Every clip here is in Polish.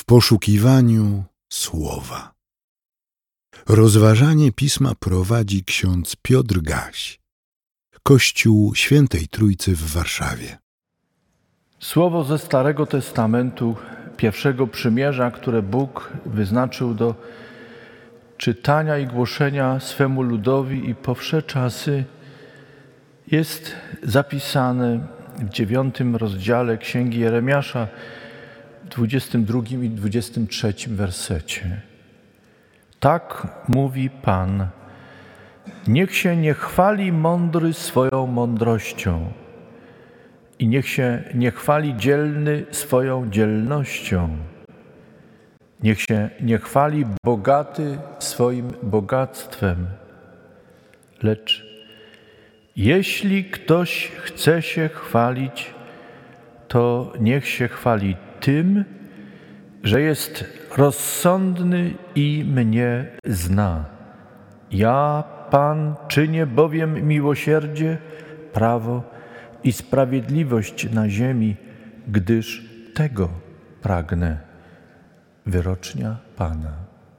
poszukiwaniu słowa. Rozważanie Pisma prowadzi ksiądz Piotr Gaś, Kościół Świętej Trójcy w Warszawie. Słowo ze Starego Testamentu, pierwszego przymierza, które Bóg wyznaczył do czytania i głoszenia swemu ludowi i po wsze czasy, jest zapisane w 9 rozdziale Księgi Jeremiasza, w 22 i 23 wersecie. Tak mówi Pan: niech się nie chwali mądry swoją mądrością i niech się nie chwali dzielny swoją dzielnością. Niech się nie chwali bogaty swoim bogactwem, lecz jeśli ktoś chce się chwalić, to niech się chwali tym, że jest rozsądny i mnie zna. Ja, Pan, czynię bowiem miłosierdzie, prawo i sprawiedliwość na ziemi, gdyż tego pragnę. Wyrocznia Pana.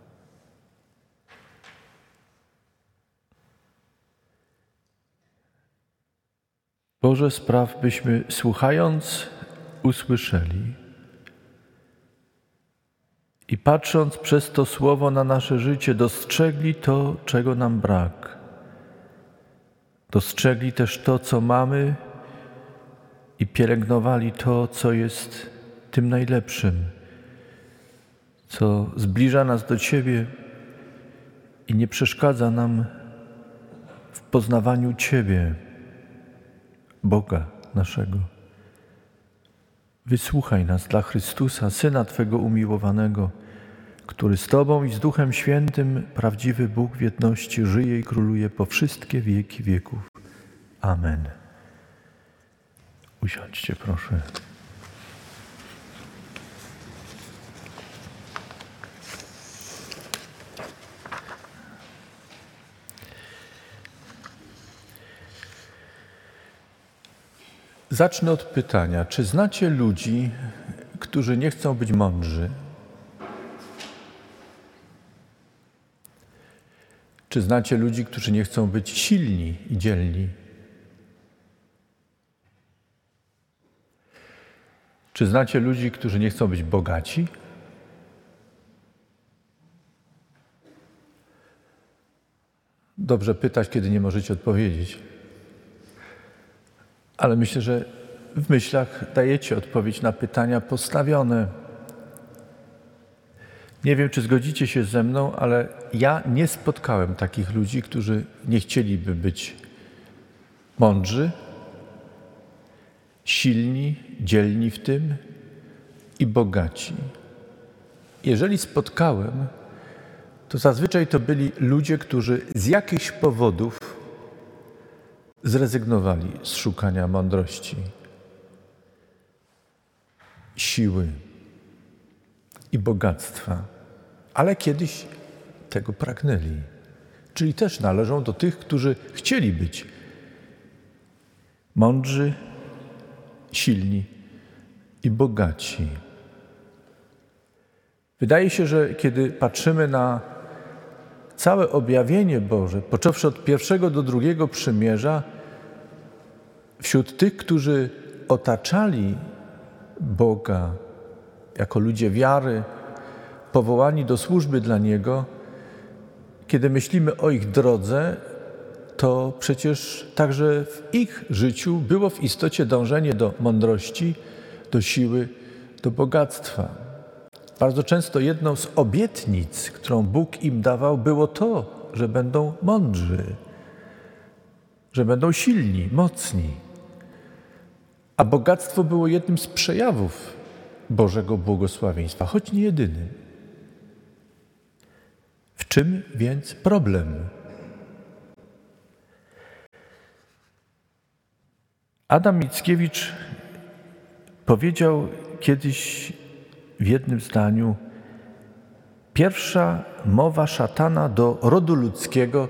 Boże, spraw, byśmy słuchając usłyszeli i patrząc przez to słowo na nasze życie, dostrzegli to, czego nam brak. Dostrzegli też to, co mamy i pielęgnowali to, co jest tym najlepszym, co zbliża nas do Ciebie i nie przeszkadza nam w poznawaniu Ciebie, Boga naszego. Wysłuchaj nas dla Chrystusa, Syna Twego umiłowanego, który z Tobą i z Duchem Świętym, prawdziwy Bóg w jedności, żyje i króluje po wszystkie wieki wieków. Amen. Usiądźcie, proszę. Zacznę od pytania, czy znacie ludzi, którzy nie chcą być mądrzy? Czy znacie ludzi, którzy nie chcą być silni i dzielni? Czy znacie ludzi, którzy nie chcą być bogaci? Dobrze pytać, kiedy nie możecie odpowiedzieć. Ale myślę, że w myślach dajecie odpowiedź na pytania postawione. Nie wiem, czy zgodzicie się ze mną, ale ja nie spotkałem takich ludzi, którzy nie chcieliby być mądrzy, silni, dzielni w tym i bogaci. Jeżeli spotkałem, to zazwyczaj to byli ludzie, którzy z jakichś powodów zrezygnowali z szukania mądrości, siły i bogactwa, ale kiedyś tego pragnęli. Czyli też należą do tych, którzy chcieli być mądrzy, silni i bogaci. Wydaje się, że kiedy patrzymy na całe objawienie Boże, począwszy od pierwszego do drugiego przymierza, wśród tych, którzy otaczali Boga jako ludzie wiary, powołani do służby dla Niego, kiedy myślimy o ich drodze, to przecież także w ich życiu było w istocie dążenie do mądrości, do siły, do bogactwa. Bardzo często jedną z obietnic, którą Bóg im dawał, było to, że będą mądrzy, że będą silni, mocni. A bogactwo było jednym z przejawów Bożego błogosławieństwa, choć nie jedynym. W czym więc problem? Adam Mickiewicz powiedział kiedyś w jednym zdaniu: pierwsza mowa szatana do rodu ludzkiego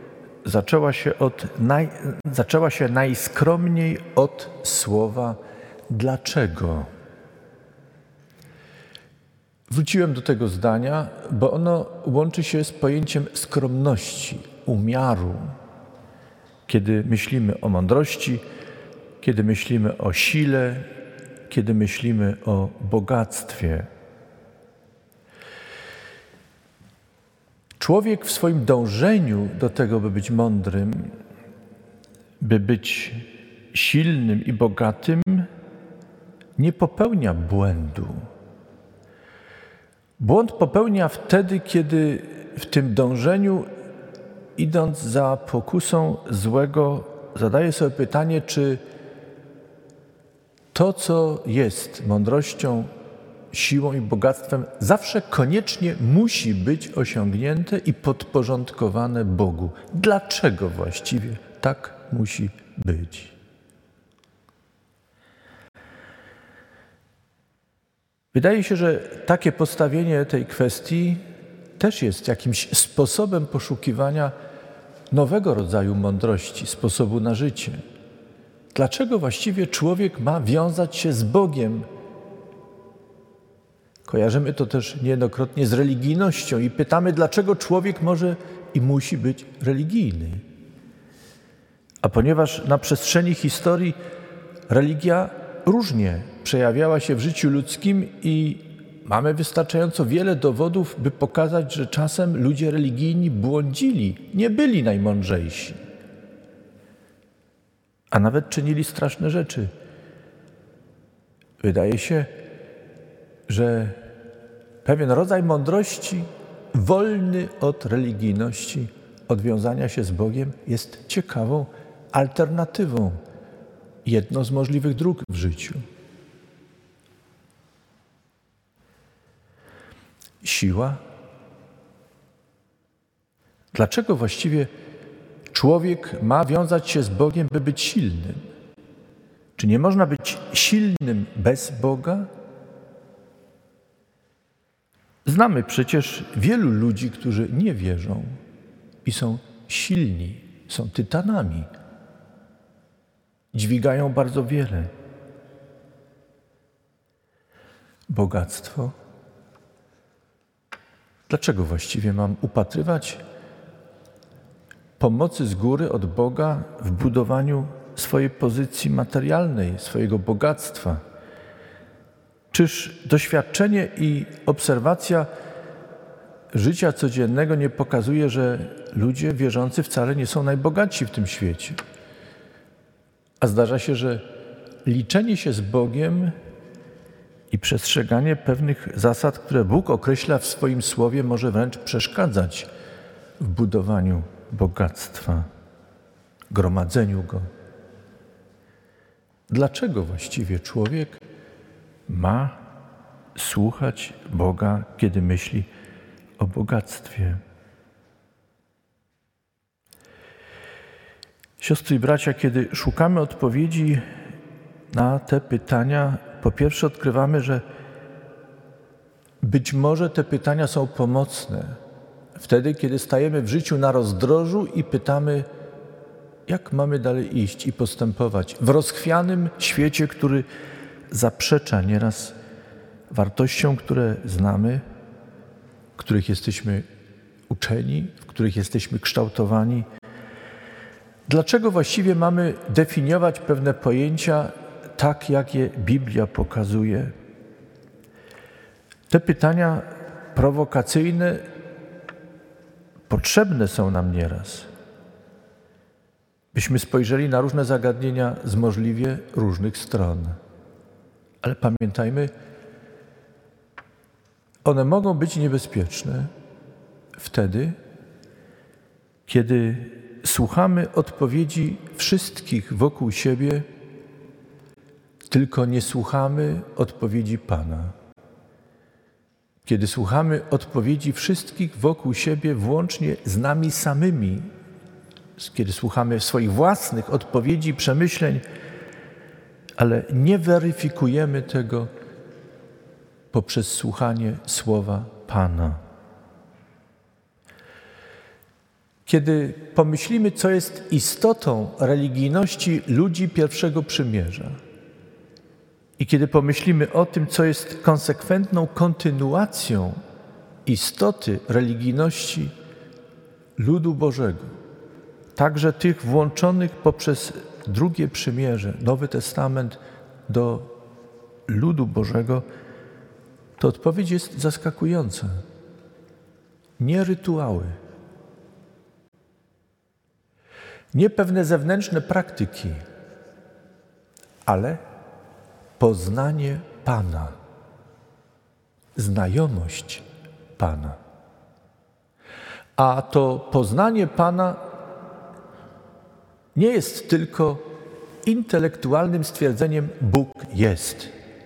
zaczęła się najskromniej od słowa dlaczego. Wróciłem do tego zdania, bo ono łączy się z pojęciem skromności, umiaru. Kiedy myślimy o mądrości, kiedy myślimy o sile, kiedy myślimy o bogactwie. Człowiek w swoim dążeniu do tego, by być mądrym, by być silnym i bogatym, nie popełnia błędu. Błąd popełnia wtedy, kiedy w tym dążeniu, idąc za pokusą złego, zadaje sobie pytanie, czy to, co jest mądrością, siłą i bogactwem, zawsze koniecznie musi być osiągnięte i podporządkowane Bogu. Dlaczego właściwie tak musi być? Wydaje się, że takie postawienie tej kwestii też jest jakimś sposobem poszukiwania nowego rodzaju mądrości, sposobu na życie. Dlaczego właściwie człowiek ma wiązać się z Bogiem? Kojarzymy to też niejednokrotnie z religijnością i pytamy, dlaczego człowiek może i musi być religijny. A ponieważ na przestrzeni historii religia różnie przejawiała się w życiu ludzkim i mamy wystarczająco wiele dowodów, by pokazać, że czasem ludzie religijni błądzili, nie byli najmądrzejsi, a nawet czynili straszne rzeczy. Wydaje się, że pewien rodzaj mądrości, wolny od religijności, od wiązania się z Bogiem, jest ciekawą alternatywą, jedną z możliwych dróg w życiu. Siła. Dlaczego właściwie człowiek ma wiązać się z Bogiem, by być silnym? Czy nie można być silnym bez Boga? Znamy przecież wielu ludzi, którzy nie wierzą i są silni, są tytanami. Dźwigają bardzo wiele. Bogactwo. Dlaczego właściwie mam upatrywać pomocy z góry od Boga w budowaniu swojej pozycji materialnej, swojego bogactwa? Czyż doświadczenie i obserwacja życia codziennego nie pokazuje, że ludzie wierzący wcale nie są najbogatsi w tym świecie? A zdarza się, że liczenie się z Bogiem i przestrzeganie pewnych zasad, które Bóg określa w swoim Słowie, może wręcz przeszkadzać w budowaniu bogactwa, gromadzeniu go. Dlaczego właściwie człowiek ma słuchać Boga, kiedy myśli o bogactwie? Siostry i bracia, kiedy szukamy odpowiedzi na te pytania, po pierwsze odkrywamy, że być może te pytania są pomocne wtedy, kiedy stajemy w życiu na rozdrożu i pytamy, jak mamy dalej iść i postępować w rozchwianym świecie, który zaprzecza nieraz wartościom, które znamy, w których jesteśmy uczeni, w których jesteśmy kształtowani. Dlaczego właściwie mamy definiować pewne pojęcia tak, jak je Biblia pokazuje? Te pytania prowokacyjne potrzebne są nam nieraz, byśmy spojrzeli na różne zagadnienia z możliwie różnych stron. Ale pamiętajmy, one mogą być niebezpieczne wtedy, kiedy słuchamy odpowiedzi wszystkich wokół siebie, tylko nie słuchamy odpowiedzi Pana. Kiedy słuchamy odpowiedzi wszystkich wokół siebie, włącznie z nami samymi, kiedy słuchamy swoich własnych odpowiedzi, przemyśleń, ale nie weryfikujemy tego poprzez słuchanie słowa Pana. Kiedy pomyślimy, co jest istotą religijności ludzi pierwszego przymierza I kiedy pomyślimy o tym, co jest konsekwentną kontynuacją istoty religijności ludu Bożego, także tych włączonych poprzez drugie przymierze, Nowy Testament do ludu Bożego, to odpowiedź jest zaskakująca. Nie rytuały, nie pewne zewnętrzne praktyki, ale poznanie Pana, znajomość Pana. A to poznanie Pana nie jest tylko intelektualnym stwierdzeniem Bóg jest.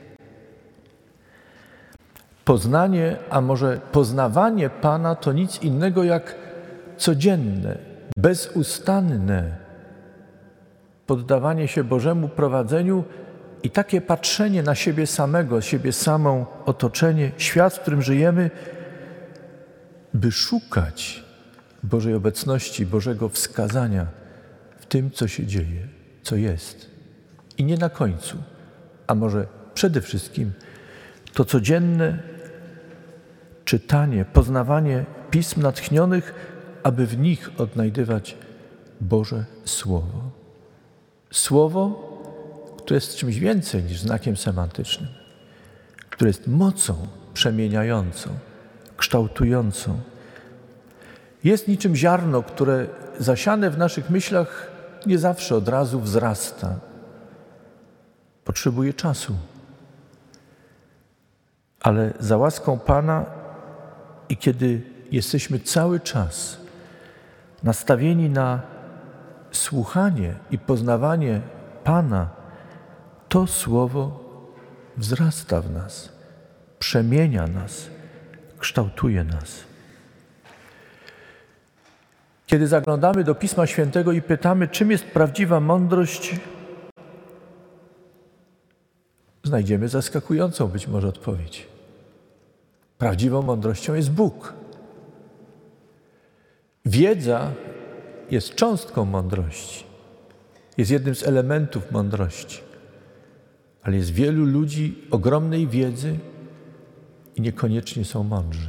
Poznanie, a może poznawanie Pana to nic innego jak codzienne, bezustanne poddawanie się Bożemu prowadzeniu i takie patrzenie na siebie samego, siebie samą, otoczenie, świat, w którym żyjemy, by szukać Bożej obecności, Bożego wskazania w tym, co się dzieje, co jest. I nie na końcu, a może przede wszystkim to codzienne czytanie, poznawanie pism natchnionych, aby w nich odnajdywać Boże Słowo. Słowo, które jest czymś więcej niż znakiem semantycznym, które jest mocą przemieniającą, kształtującą. Jest niczym ziarno, które zasiane w naszych myślach nie zawsze od razu wzrasta. Potrzebuje czasu. Ale za łaską Pana i kiedy jesteśmy cały czas nastawieni na słuchanie i poznawanie Pana, to Słowo wzrasta w nas, przemienia nas, kształtuje nas. Kiedy zaglądamy do Pisma Świętego i pytamy, czym jest prawdziwa mądrość, znajdziemy zaskakującą być może odpowiedź. Prawdziwą mądrością jest Bóg. Wiedza jest cząstką mądrości, jest jednym z elementów mądrości, ale jest wielu ludzi ogromnej wiedzy i niekoniecznie są mądrzy.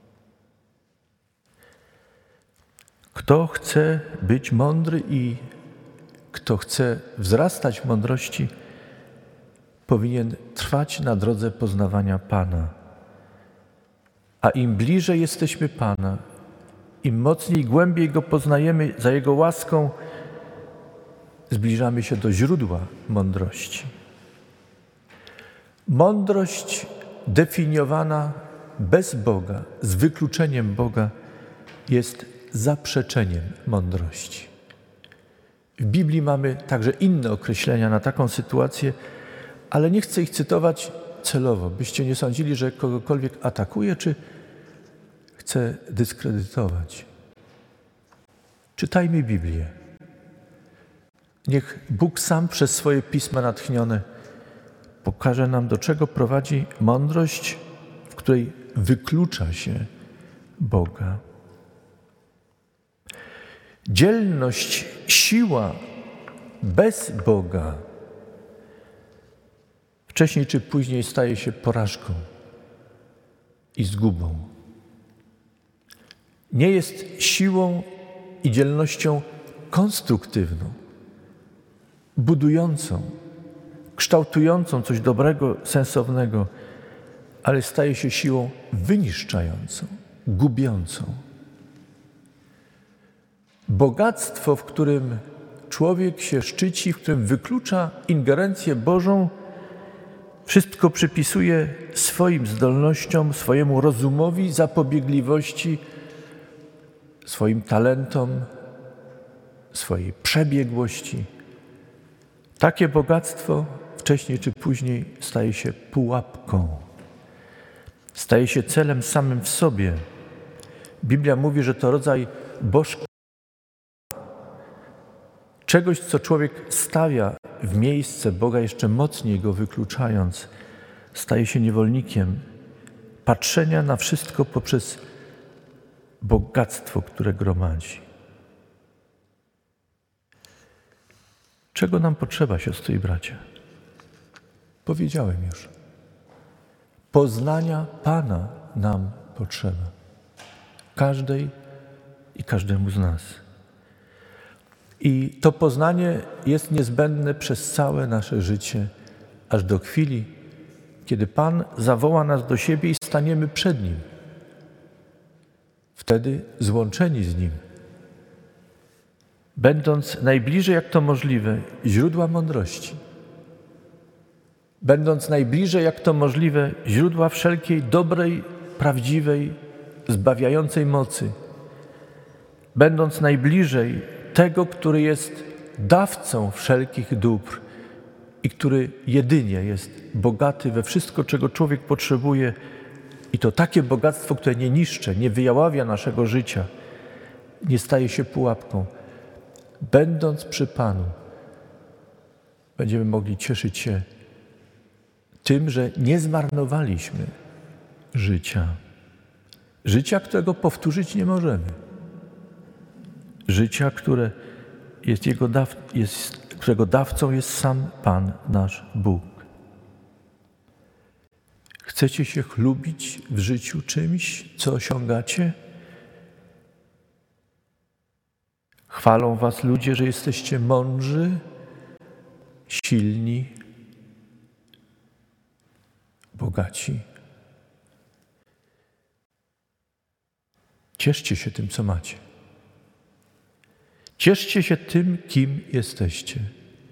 Kto chce być mądry i kto chce wzrastać w mądrości, powinien trwać na drodze poznawania Pana. A im bliżej jesteśmy Pana, im mocniej i głębiej Go poznajemy za Jego łaską, zbliżamy się do źródła mądrości. Mądrość definiowana bez Boga, z wykluczeniem Boga, jest zaprzeczeniem mądrości. W Biblii mamy także inne określenia na taką sytuację, ale nie chcę ich cytować celowo, byście nie sądzili, że kogokolwiek atakuje, czy chcę dyskredytować. Czytajmy Biblię. Niech Bóg sam przez swoje pisma natchnione pokaże nam, do czego prowadzi mądrość, w której wyklucza się Boga. Dzielność, siła bez Boga wcześniej czy później staje się porażką i zgubą. Nie jest siłą i dzielnością konstruktywną, budującą, kształtującą coś dobrego, sensownego, ale staje się siłą wyniszczającą, gubiącą. Bogactwo, w którym człowiek się szczyci, w którym wyklucza ingerencję Bożą, wszystko przypisuje swoim zdolnościom, swojemu rozumowi, zapobiegliwości, swoim talentom, swojej przebiegłości. Takie bogactwo wcześniej czy później staje się pułapką, staje się celem samym w sobie. Biblia mówi, że to rodzaj bożka, czegoś, co człowiek stawia w miejsce Boga, jeszcze mocniej go wykluczając, staje się niewolnikiem patrzenia na wszystko poprzez bogactwo, które gromadzi. Czego nam potrzeba, siostry i bracia? Powiedziałem już. Poznania Pana nam potrzeba. Każdej i każdemu z nas. I to poznanie jest niezbędne przez całe nasze życie, aż do chwili, kiedy Pan zawoła nas do siebie i staniemy przed Nim. Wtedy złączeni z Nim, będąc najbliżej jak to możliwe źródła mądrości, będąc najbliżej jak to możliwe źródła wszelkiej dobrej, prawdziwej, zbawiającej mocy, będąc najbliżej tego, który jest dawcą wszelkich dóbr i który jedynie jest bogaty we wszystko, czego człowiek potrzebuje, i to takie bogactwo, które nie niszczy, nie wyjaławia naszego życia, nie staje się pułapką. Będąc przy Panu, będziemy mogli cieszyć się tym, że nie zmarnowaliśmy życia. Życia, którego powtórzyć nie możemy. Życia, które którego dawcą jest sam Pan, nasz Bóg. Chcecie się chlubić w życiu czymś, co osiągacie? Chwalą was ludzie, że jesteście mądrzy, silni, bogaci. Cieszcie się tym, co macie. Cieszcie się tym, kim jesteście.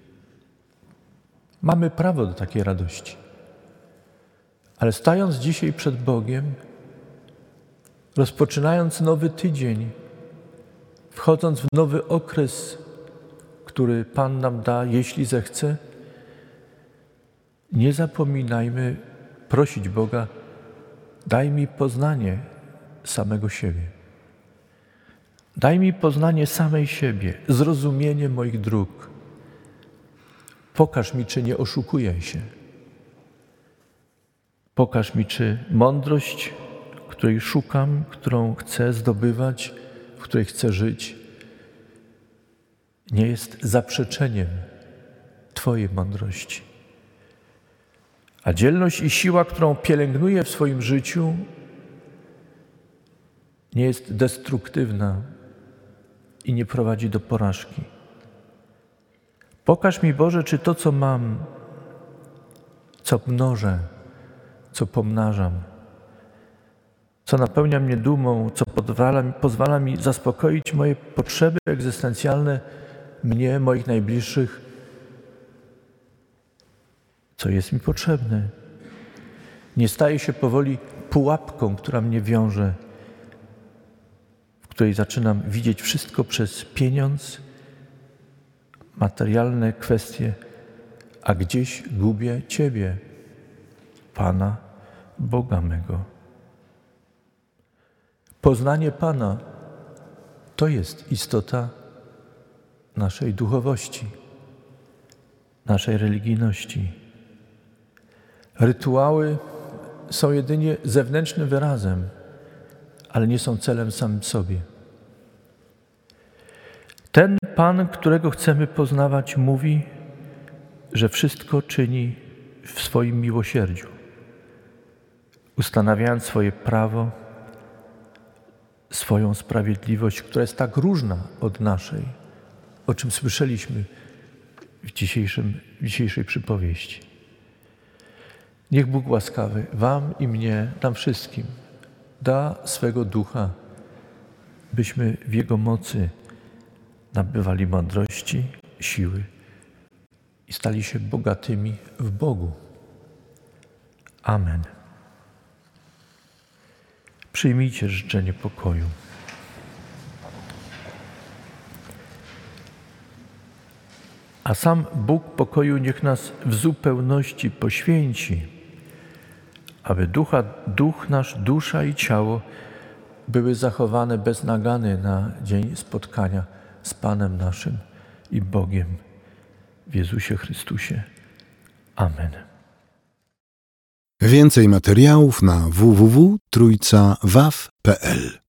Mamy prawo do takiej radości. Ale stając dzisiaj przed Bogiem, rozpoczynając nowy tydzień, wchodząc w nowy okres, który Pan nam da, jeśli zechce, nie zapominajmy prosić Boga, daj mi poznanie samego siebie. Daj mi poznanie samej siebie, zrozumienie moich dróg. Pokaż mi, czy nie oszukuję się. Pokaż mi, czy mądrość, której szukam, którą chcę zdobywać, w której chcę żyć, nie jest zaprzeczeniem Twojej mądrości. A dzielność i siła, którą pielęgnuję w swoim życiu, nie jest destruktywna i nie prowadzi do porażki. Pokaż mi, Boże, czy to, co mam, co mnożę, co pomnażam, co napełnia mnie dumą, co pozwala mi zaspokoić moje potrzeby egzystencjalne, mnie, moich najbliższych, co jest mi potrzebne. Nie staje się powoli pułapką, która mnie wiąże, w której zaczynam widzieć wszystko przez pieniądz, materialne kwestie, a gdzieś gubię Ciebie, Pana, Boga mego. Poznanie Pana to jest istota naszej duchowości, naszej religijności. Rytuały są jedynie zewnętrznym wyrazem, ale nie są celem samym sobie. Ten Pan, którego chcemy poznawać, mówi, że wszystko czyni w swoim miłosierdziu, ustanawiając swoje prawo, swoją sprawiedliwość, która jest tak różna od naszej, o czym słyszeliśmy w dzisiejszej przypowieści. Niech Bóg łaskawy wam i mnie, nam wszystkim da swego ducha, byśmy w Jego mocy nabywali mądrości, siły i stali się bogatymi w Bogu. Amen. Przyjmijcie życzenie pokoju. A sam Bóg pokoju niech nas w zupełności poświęci, aby duch nasz, dusza i ciało były zachowane bez nagany na dzień spotkania z Panem naszym i Bogiem w Jezusie Chrystusie. Amen. Więcej materiałów na www.trójcawaw.pl